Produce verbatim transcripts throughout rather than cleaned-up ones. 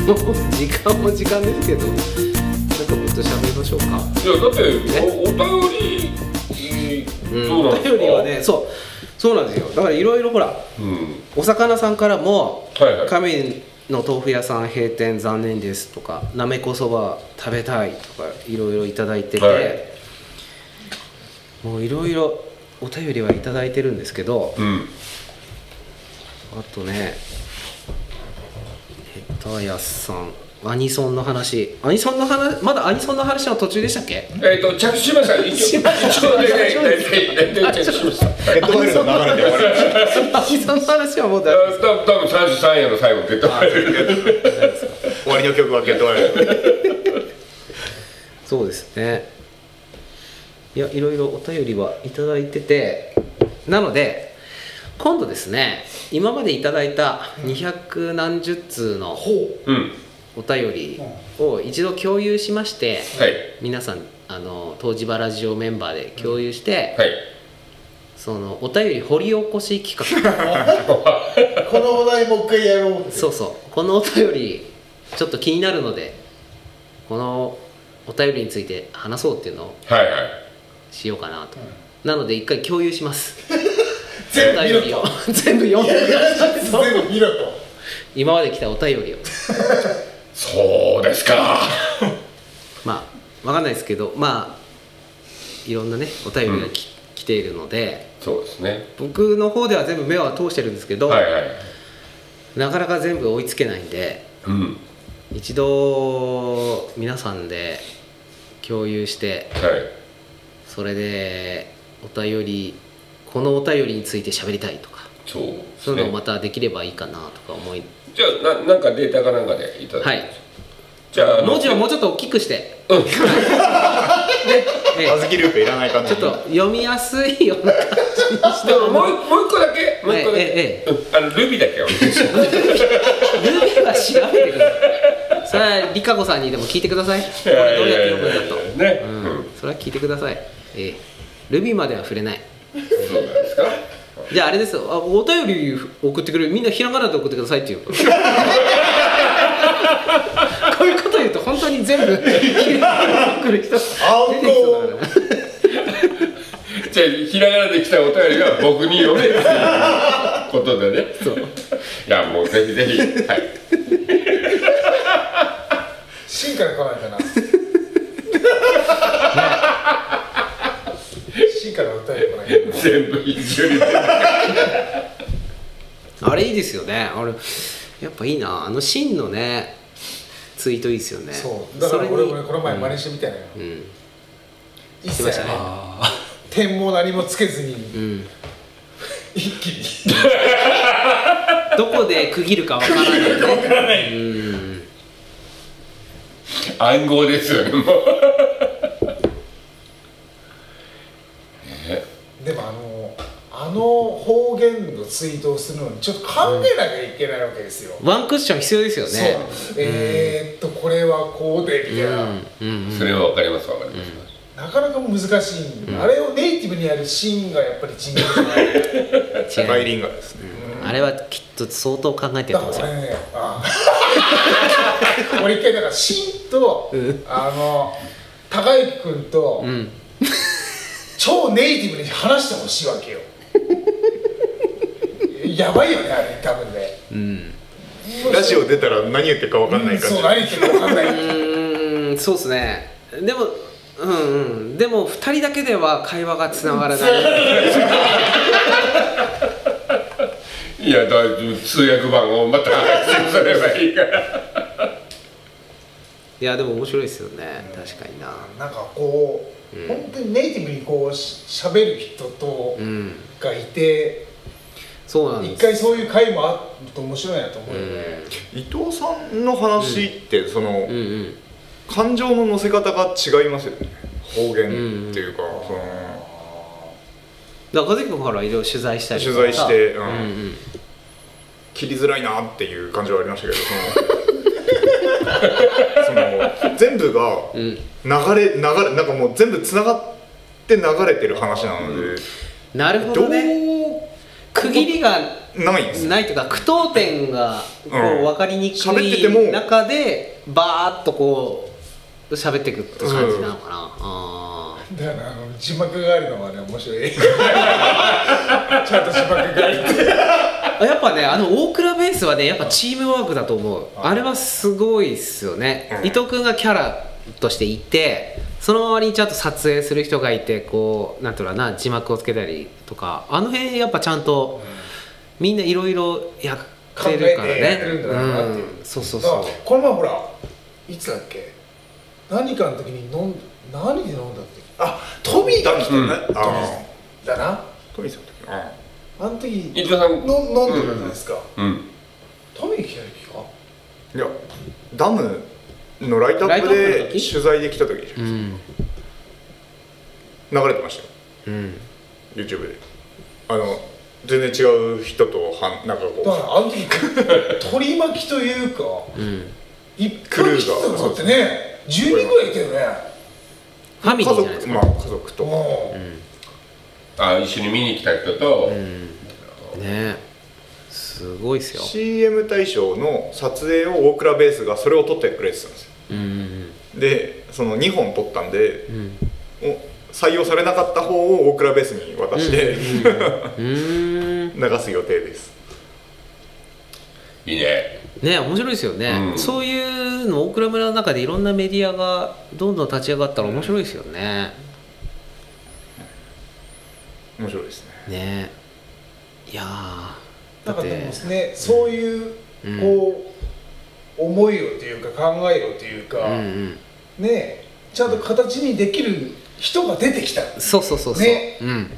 もう時間も時間ですけど、なんかもっと喋りましょうか。 いやだってお, お便り、 うん、お便りはね、そうそうなんですよ。だからいろいろほら、うん、お魚さんからも、はいはい、神の豆腐屋さん閉店残念ですとか、なめこそば食べたいとかいろいろいただいてて、はい、もういろいろお便りはいただいてるんですけど、うん、あとね、ヘタヤさん、アニソンの話、アニソンの話、まだアニソンの話の途中でしたっけ？ えっと着手しました。一応一応ね、着手しました。 ゲットワイルド流れて終わりました。アニソンの話はもうだ。 多分三十三夜の最後ゲットワイルド。 終わりの曲はゲットワイルド。 そうですね。いや、いろいろお便りはいただいてて、なので今度ですね、今までいただいたにひゃくなんじゅっつうのお便りを一度共有しまして、はい、皆さんあの東芝ラジオメンバーで共有して、はい、そのお便り掘り起こし企画このお題もう一回やろうって。 そうそう、このお便りちょっと気になるのでこのお便りについて話そうっていうのをしようかなと、はいはい、なので一回共有します全部見ろと全部読んでください。 全部見ろと今まで来たお便りをそうですかまあ分かんないですけど、まあいろんなねお便りがき、うん、来ているので、 そうですね、 僕の方では全部目は通してるんですけど、はいはい、なかなか全部追いつけないんで、うん、一度皆さんで共有して、はい、それでお便りこのお便りについて喋りたいとか、そうですね、そういうのをまたできればいいかなとか思い、 じゃあ な, なんかデータかなんかでいただきます。はい、 じゃあ文字をもうちょっと大きくして、うん、であずきループいらないかな、 ちょっと読みやすいような感じにしてもうもう一個だけもう一個だけ、ええええ、あのルビだけお願いします。 ルビは調べてください。それはリカゴさんにでも聞いてください。これどうやって読むんだと、ね、うんうん、それは聞いてください。ええ、ルビまでは触れない。 そうなんですか。 じゃああれですよ、あお便り送ってくれるみんなひらがなで送ってくださいっていうこういうこと言うと本当に全部ひらがなで送る人出てきそうだからじゃあひらがなで来たお便りが僕に読めっていうことでね。そう、いやもうぜひぜひ、はい、 進化で来ないかな進化の歌えばない全部一緒にあれいいですよね。あれやっぱいいな、あの真のねツイートいいですよね。 そうだから俺もこの前真似してみたいなよ、うんうん、一切ね点も何もつけずに、うん、一気にどこで区切るかわからないね。 わからない、 うん、 暗号ですよねもうでもあのあの方言のツイートをするのにちょっと考えなきゃいけないわけですよ、 うん、ワンクッション必要ですよね。 そう、えー、っとこれはこうでみたいな、うんうんうん、それは分かります分かります、 うん、なかなか難しい、うん、あれをネイティブにやるシーンがやっぱり違うじゃないバイリンガルですね、 うん、あれはきっと相当考えてると思うんですよ。 だからね、あ俺一回だからシンと、うん、あの高之君と、うん超ネイティブに話してほしいわけよやばいよねあれ多分ね、 うん、ラジオ出たら何言ってるか分かんない感じ、 うん、そう何言ってるか分かんないうんそうですね。でもうんうんでもふたりだけでは会話がつながらないいやだ通訳版をまた発信すればいいからいやでも面白いですよね、うん、確かにな。 なんかこううん、本当にネイティブにこうしゃべる人と、うん、がいて、 そうなんです。 一回そういう回もあると面白いなと思うよね、 うん、伊藤さんの話って、うん、その、うんうん、感情の乗せ方が違いますよね、方言っていうか、うんうん、そのだから和樹君からいろいろ取材したりとか取材して、うんうんうん、切りづらいなっていう感じはありましたけどそのその全部が流れ、流れなんかもう全部つながって流れてる話なので、 なるほどね。 どう区切りがないんですよ。 ないというか句読点がこううん分かりにく喋っててもい中でバーッとこう喋っていくって感じなのかな、あだからあの字幕があるのはね面白いちゃんと字幕があるってーやっぱねあの大倉ベースはねやっぱチームワークだと思う。 ああれはすごいっすよね、 うん伊藤君がキャラとしていてその周りにちゃんと撮影する人がいてこうなんていうのかな字幕をつけたりとかあの辺やっぱちゃんとみんないろいろやってるから考えてやってねるんだろうなっていううんそうそうだからそうこの前ほらいつだっけ何かの時に飲ん何で飲んだってあトミーが来てるね。あだなあ。トミーさんの時。ああの時伊藤さんの飲んでるじゃないですか、 うんトミー来た時かあ。いや、ダムのライトアップライトアップでの時取材で来た時でしょ。 うん流れてましたよ。 うん YouTube で。あの全然違う人とはなんかこだからあの時取り巻きというかうんいっぱい来てたのだってねじゅうにんぐらいいたよねファミう家リーじゃないですか、 族まあ家族とか。 うんあ一緒に見に来た人と、 うんねすごいっすよ、 シーエム 大賞の撮影を大倉ベースがそれを撮ってくれてたんですよ。 うんうんでそのにほん撮ったんでうんお採用されなかった方を大倉ベースに渡して、 うん流す予定です。 いいね。 ね面白いですよね、 うんそういうの大倉村の中でいろんなメディアがどんどん立ち上がったら面白いですよね、 面白いですね。 ねいやーだってなんかでもねそういううんこう思いをというか考えをというか、 うんうんねちゃんと形にできる人が出てきたそうそうそうそう、 ねうん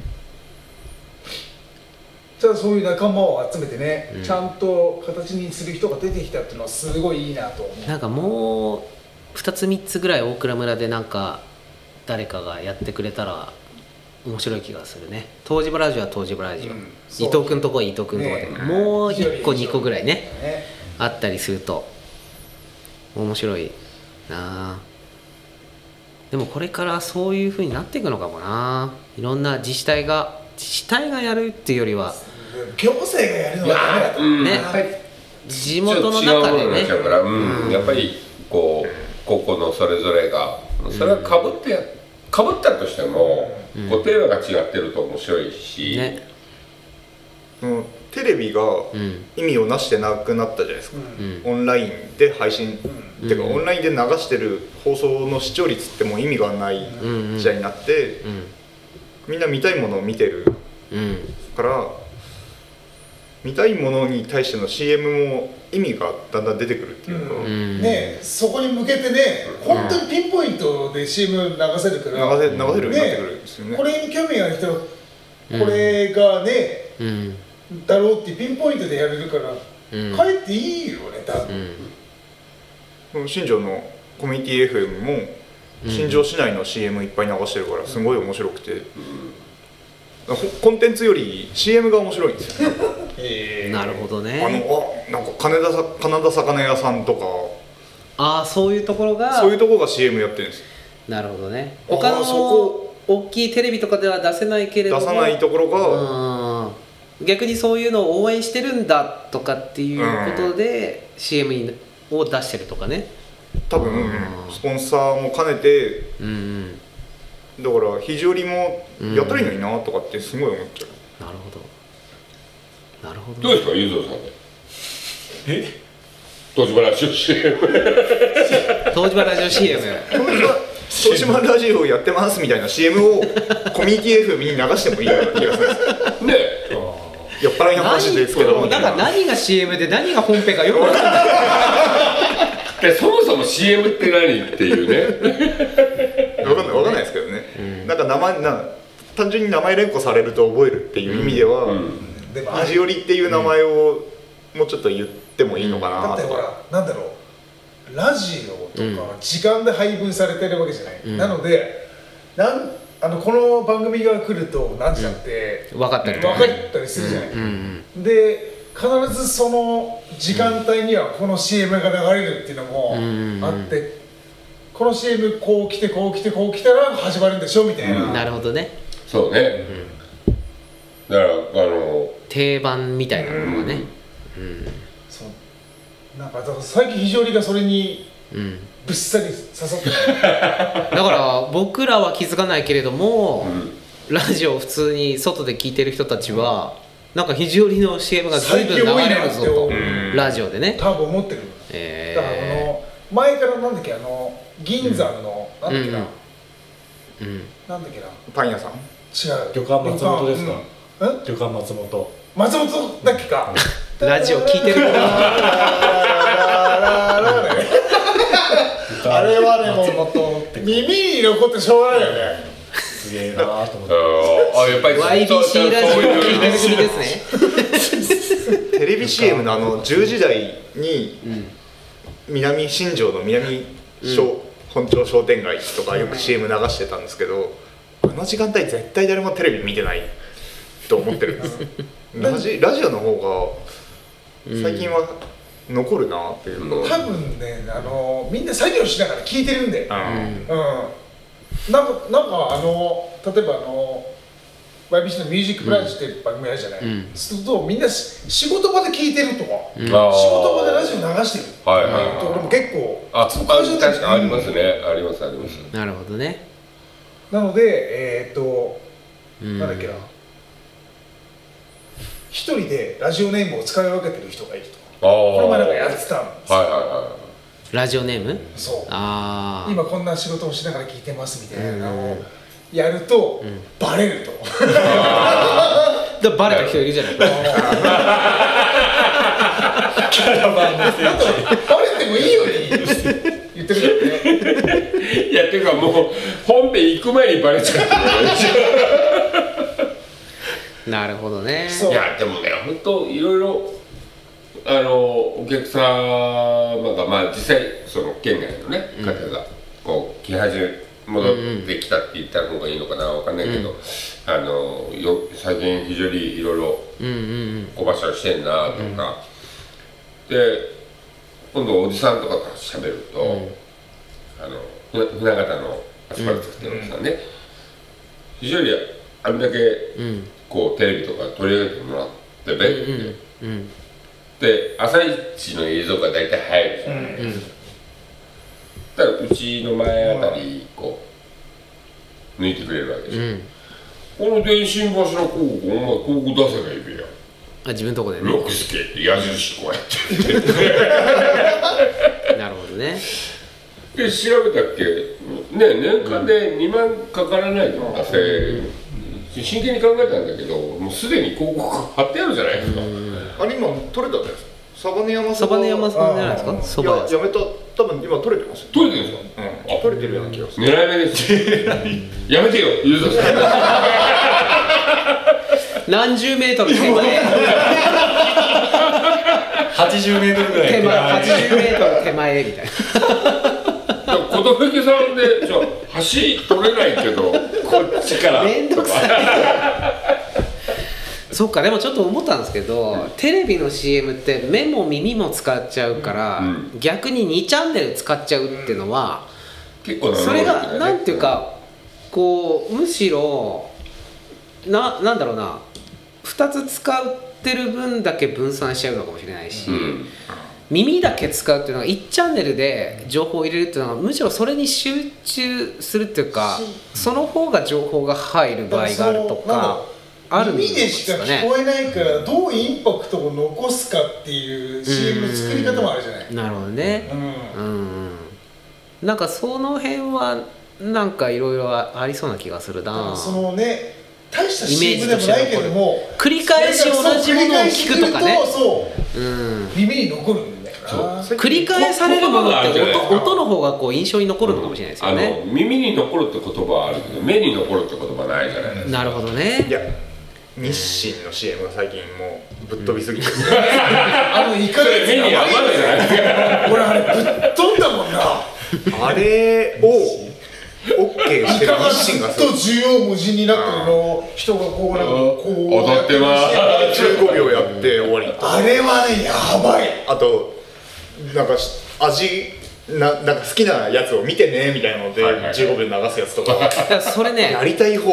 じゃあそういう仲間を集めてね、 うんちゃんと形にする人が出てきたっていうのはすごいいいなと思う。 なんかもうふたつみっつぐらい大倉村でなんか誰かがやってくれたら面白い気がするね。東芝ラジオは東芝ラジオ、 うん伊藤君とこは伊藤君とこで、 ねもういっこ非常ににこぐらいねねあったりすると面白いなあ。でもこれからそういう風になっていくのかもな。いろんな自治体が自治体がやるっていうよりは行政がやるのはダメだと思ううんねやっぱり地元のちょっと中で違うものになっねちゃうから、うんうんやっぱりこう個々のそれぞれがそれはかぶってやかぶったとしても、 うんこうテーマが違ってると面白いし、 ねそのテレビがうん意味をなしてなくなったじゃないですか。 うんオンラインで配信、 うんてかうんオンラインで流してる放送の視聴率ってもう意味がないうん時代になって、 うんみんな見たいものを見てるうんから見たいものに対しての シーエム も意味がだんだん出てくるっていうか、 う流んねそこに向けてね本当にピンポイントで シーエム 流せるから、 せ流せるようになってくるんですよね。 これに興味がある人はこれがね、 うんだろうってピンポイントでやれるから、 うんかえっていいよね多分、 この新庄のコミュニティ エフエム も新庄市内の シーエム いっぱい流してるからすごい面白くて、ほコンテンツより シーエム が面白いんですよね。 えーなるほどあね。 のあなんか金田さ金田魚屋さんとかああそういうところがそういうところが シーエム やってるんですよ。 なるほどね。 あー他のそこ大きいテレビとかでは出せないけれども出さないところが、 うん逆にそういうのを応援してるんだとかっていうことで シーエム にを出してるとかね。 多分うんスポンサーも兼ねて、 うんうんだから肘折もやったらいいのになとかってすごい思っちゃう。 なるほどなるほどどうですかゆずおさんでえ東芝ラジオ シーエム東芝ラジオ シーエム東島ラジオやってますみたいな シーエム をコミュニティ エフエム に流してもいいような気がするんですよ。 ね酔っ払いの話ですけど何なんか何が シーエム で何が本編かよく分かんないでそもそも シーエム って何っていうねわかんないわかんないですけどね、なんか名前な単純に名前連呼されると覚えるっていう意味では、 うんでも味よりっていう名前をもうちょっと言ってもいいのかだってほなとか、 らなんだろうラジオとか時間で配分されてるわけじゃない、 うんなのでなんあのこの番組が来ると何時だって分かったり分とかねかったりするじゃない、 うんうんで必ずその時間帯にはこの シーエム が流れるっていうのもうんあって、この シーエム こう来てこう来てこう来たら始まるんでしょみたいな、 なるほどねそうね、だからあの定番みたいなものがね、うん、 そうなんかだから最近非常にがそれにぶっさり刺さってる、うん、 だから僕らは気づかないけれども、うん、ラジオを普通に外で聞いてる人たちは、うん、なんか肘折の シーエム が随分流れるぞと、うん、ラジオでね多分思ってる、えー、だからこの前からなんだっけあの銀山の、うん、なんだっけな、うん、なんだっけなパン屋さん違う旅館松本ですか、 うん、 旅館松本松本だっけかラジオ聞いてるあれはねもう耳に残ってしょうがないよねすげえなーと思ってあやっぱりワイビーシー ラジオを聞いてる組ですねテレビ シーエム のあのじゅうじ台に、うん、南新庄の南小、うん、本町商店街とかよく シーエム 流してたんですけど、あの時間帯絶対誰もテレビ見てないと思ってるんですラジ、ラジオの方が最近は残るなっていうか、 うん、多分ねあのみんな作業しながら聞いてるんで、うん、うん、なんかなんかあの例えばあの ワイビーシー のミュージックブランチっていう番組あるじゃない、うん、するとみんな仕事場で聞いてるとか、うん、仕事場でラジオ流してるっていうところも結構あそこ確かにありますね、ありますあります。 なるほどね。 なのでえー、っと、うん、なんだっけな一人でラジオネームを使い分けてる人がいるとか、この前なんかやってたんですよ、はいはいはい、 ラジオネームそうあ今こんな仕事をしながら聞いてますみたいなのをやると、うん、バレるとだバレた人いるじゃないキャラバンの選手バレてもいいように言ってるからねいやっていうかもう本編行く前にバレちゃうなるほどね。 いやでもね本当いろいろあのお客様がまあ実際その県外のね、うん、方がこう来始め戻ってきたって言った方がいいのかなわかんないけど、うん、あのよ最近非常にいろいろ小走りしてんなとか、うん、で今度おじさんとかから喋ると、うん、あの船形のアスファルト作ってるおじさんね、うん、非常にあれだけこうテレビとか取り上げてもらってねって、うんうんうん、で朝一の映像が大体入るじゃないですか、うんうん、だからうちの前あたりこう抜いてくれるわけですよ、うん、この電信柱広告お前広告出せばいいべやあ自分のとこでね六助って矢印こうやってなるほどね。 で調べたっけね年間でにまんかからないとかせ、うん、真剣に考えたんだけどもうすでに広告貼ってあるじゃないですか、うん、 あれ今取れたんですかサバネ山サバネ山さんじゃないですか。そばやめた多分今取れてます。 取れてるんですか。 うん、あ取れてるような気がする。 狙い目ですやめてよユーザーさん何十メートル手前はちじゅうメートルぐらい手前はちじゅうメートル手前みたいな小峠さんでじゃあ橋取れないけどこっちからめんどくさいそっかでもちょっと思ったんですけど、うん、テレビの シーエム って目も耳も使っちゃうから、うん、逆ににチャンネル使っちゃうっていうのは、うん、結構それがなんていうかこうむしろななんだろうなふたつ使ってる分だけ分散しちゃうのかもしれないし、うん、耳だけ使うっていうのがいちチャンネルで情報を入れるっていうのはむしろそれに集中するっていうかその方が情報が入る場合があるとかあるんですかね。 耳でしか聞こえないからどうインパクトを残すかっていう シーエム の作り方もあるじゃない。 なるほどね、うんうん、なんかその辺はなんかいろいろありそうな気がするな。 そのね大した シーエム でもないけども繰り返し同じものを聞くとかねそう、うん、耳に残るんだよな。 繰り返されるものって音、音の方がこう印象に残るのかもしれないですよね、 うん、あの耳に残るって言葉はあるけど目に残るって言葉ないじゃないですか。 なるほどね。 いや日清の シーエム が最近もうぶっ飛びすぎて、うん、 あのいかが目に余るじゃないですか俺あれぶっ飛んだもんなあれをOK してる日清がずっと縦横無尽になってるのを人がこうなんかこう踊ってますじゅうごびょうやって終わり。 あれはねやばい。 あとなんか味ななんか好きなやつを見てねみたいなのでじゅうごびょう流すやつとかそれねやりたい放題。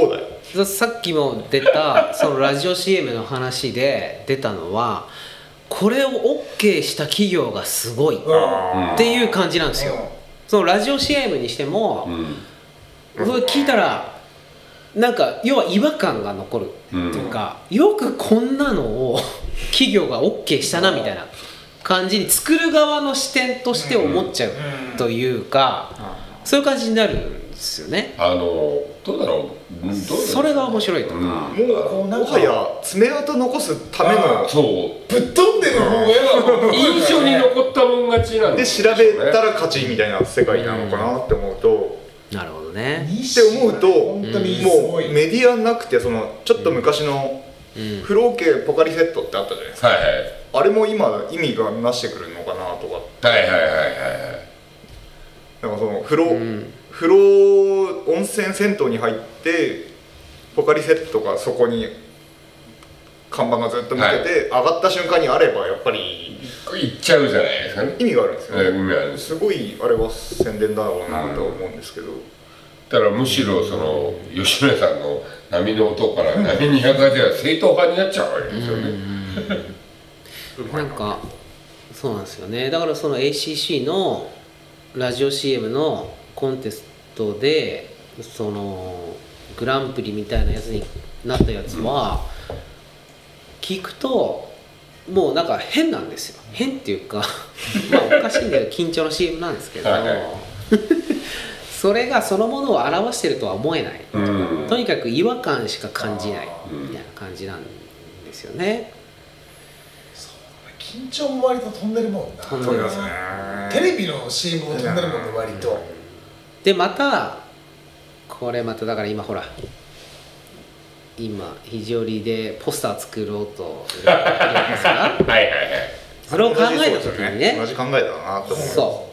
さっきも出たそのラジオ シーエム の話で出たのはこれを OK した企業がすごいっていう感じなんですよ、うん、そのラジオ シーエム にしても、うん、それ聞いたらなんか要は違和感が残るっていうか、うん、よくこんなのを企業が OK したなみたいな感じに作る側の視点として思っちゃうというか、そういう感じになるんですよね。 あのどうだろう、どうそれが面白いとか、うん、もうもはや爪痕残すためのそうぶっ飛んでる方が印象に残ったもん勝ちなんで調べたら勝ちみたいな世界なのかなって思うと、 うん、なるほどねって思うと、本当にもうメディアなくてそのちょっと昔のフロー系ポカリセットってあったじゃないですか、 はいはい、 あれも今意味がなしてくるのかなとか、 はいはいはいはい、 なんかその風呂、うん、風呂温泉銭湯に入ってポカリセットがそこに看板がずっと向けて、はい、上がった瞬間にあればやっぱり行っちゃうじゃないですかね。 意味があるんですよね、 意味ある。 すごいあれは宣伝だろうなと思うんですけど、うん、 だからむしろその吉野家さんの波の音から波にひゃくはちは正統派になっちゃうわけですよね。 なんかそうなんですよね。だからその エーシーシー のラジオ シーエム のコンテストでそのグランプリみたいなやつになったやつは聞くともうなんか変なんですよ。変っていうかまあおかしいんだけど緊張の シーエム なんですけどそれがそのものを表してるとは思えない、うん、とにかく違和感しか感じないみたいな感じなんですよね。 緊張も割と飛んでるもんな。 飛んでますね。 テレビの シーエム も飛んでるもんね、割と。 でまたこれまただから今ほら今肘折でポスター作ろうといるますかはいはいはい。それを考えた時にね、 同じ考えだなと思う。 そう。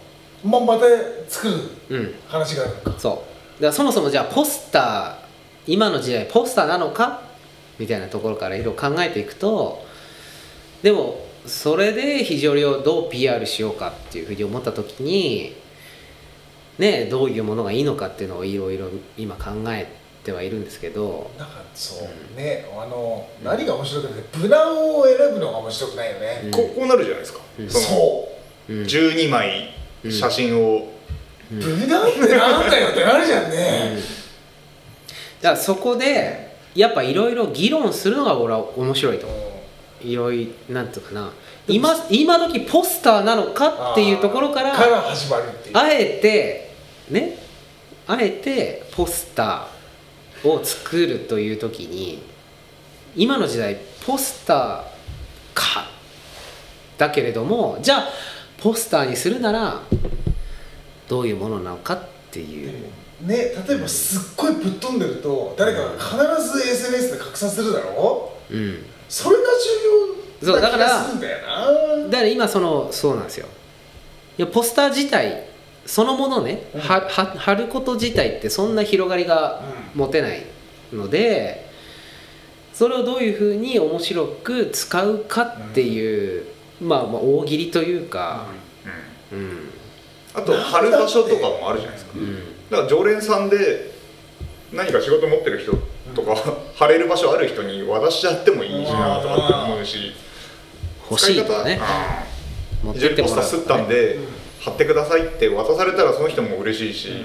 ままた作る話があるか。 うん、そう。だからそもそもじゃあポスター今の時代ポスターなのかみたいなところからいろいろ考えていくと、でもそれで肘折をどう ピーアール しようかっていうふうに思った時にね、どういうものがいいのかっていうのをいろいろ今考えてはいるんですけど、 なんかそう、うん、ね、あの何が面白くて無難を選ぶのが面白くないよね、 うん、こ, こうなるじゃないですか、うん、そそう、うん、じゅうにまい写真を、 うん、無難ってなんだよってなるじゃんね、うん、 だからそこでやっぱいろいろ議論するのが俺は面白いと思う。いろいろなんていうかな、今今時ポスターなのかっていうところからから始まるっていう、 あえてね、あえてポスターを作るという時に今の時代ポスターかだけれども、じゃあポスターにするならどういうものなのかっていうね、例えばすっごいぶっ飛んでると誰かが必ず エスエヌエス で拡散するだろう、うん、それが重要な気がするんだよな。 だから今そのそうなんですよ。いやポスター自体そのものね、うん、はは貼ること自体ってそんな広がりが持てないので、うん、それをどういうふうに面白く使うかっていう、うん、まあ、まあ大喜利というか、 うんうんうん、あと貼る場所とかもあるじゃないですか、うん、だから常連さんで何か仕事持ってる人とか、うん、貼れる場所ある人に渡しちゃってもいいしなとかって思うし、 欲しいとかね、 非常にポスターすったんで、うん、貼ってくださいって渡されたらその人も嬉しいし、うんうん、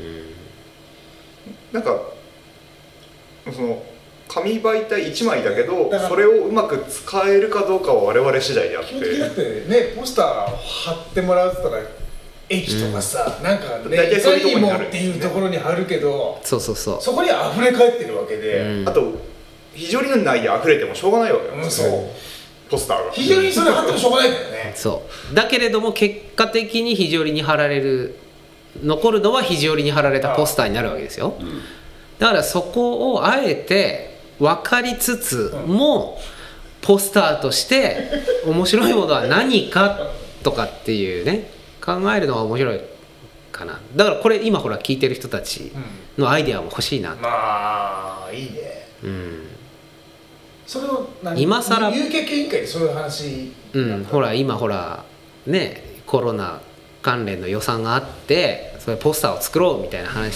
なんかその紙媒体いちまいだけどそれをうまく使えるかどうかは我々次第であって、 基本的にだってね、ポスター貼ってもらうって言ったら駅とかさ、うん、なんかね、 大体そういうところにあるっていうところに貼るけど、 そうそうそう、 そこに溢れ返ってるわけで、 うん、あと非常にの内野溢れてもしょうがないわけよ、 うん、そうポスターが非常にそれ貼ってもしょうがないんだよねそうだけれども結果的に肘折に貼られる残るのは肘折に貼られたポスターになるわけですよ、うん、だからそこをあえて分かりつつも、うん、ポスターとして面白いものは何かとかっていうね考えるのが面白いかな。だからこれ今ほら聞いてる人たちのアイデアも欲しいなと、 うん、まあいいね、 うん、 それを何今更有形委員会でそういう話、 うん、ほら今ほらねコロナ関連の予算があってそれポスターを作ろうみたいな話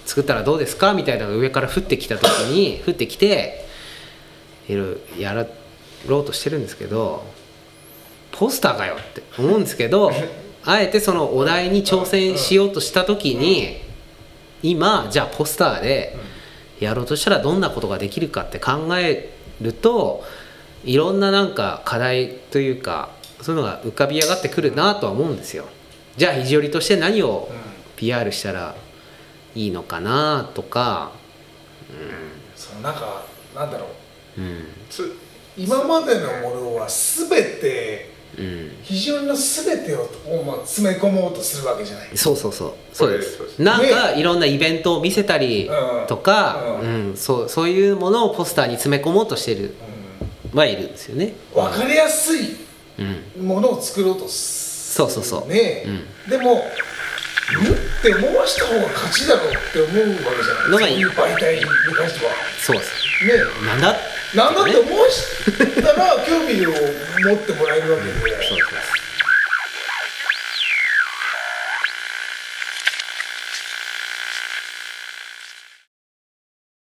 作ったらどうですかみたいなのが上から降ってきた時に降ってきていろいろやろうとしてるんですけど、ポスターかよって思うんですけどあえてそのお題に挑戦しようとした時に今じゃあポスターでやろうとしたらどんなことができるかって考えるといろんななんか課題というかそういうのが浮かび上がってくるなとは思うんですよ。じゃあ肘折として何を ピーアール したらいいのかなとか、 うん、そのなんかなんだろう、 うん、 今までのものは全て、うん、肘折の全てを詰め込もうとするわけじゃない。 そうそうそうそうです。なんかいろんなイベントを見せたりとか、うんうんうん、そうそういうものをポスターに詰め込もうとしてる、うん、はいるんですよね。 分かりやすいものを作ろうとする、うん、そうそうそう、 ね、うん、でもうんって思わした方が勝ちだろうって思うわけじゃない。そういう媒体に関しては。 そうですね。 なんだなんだって思わしたら興味を持ってもらえるわけで。そう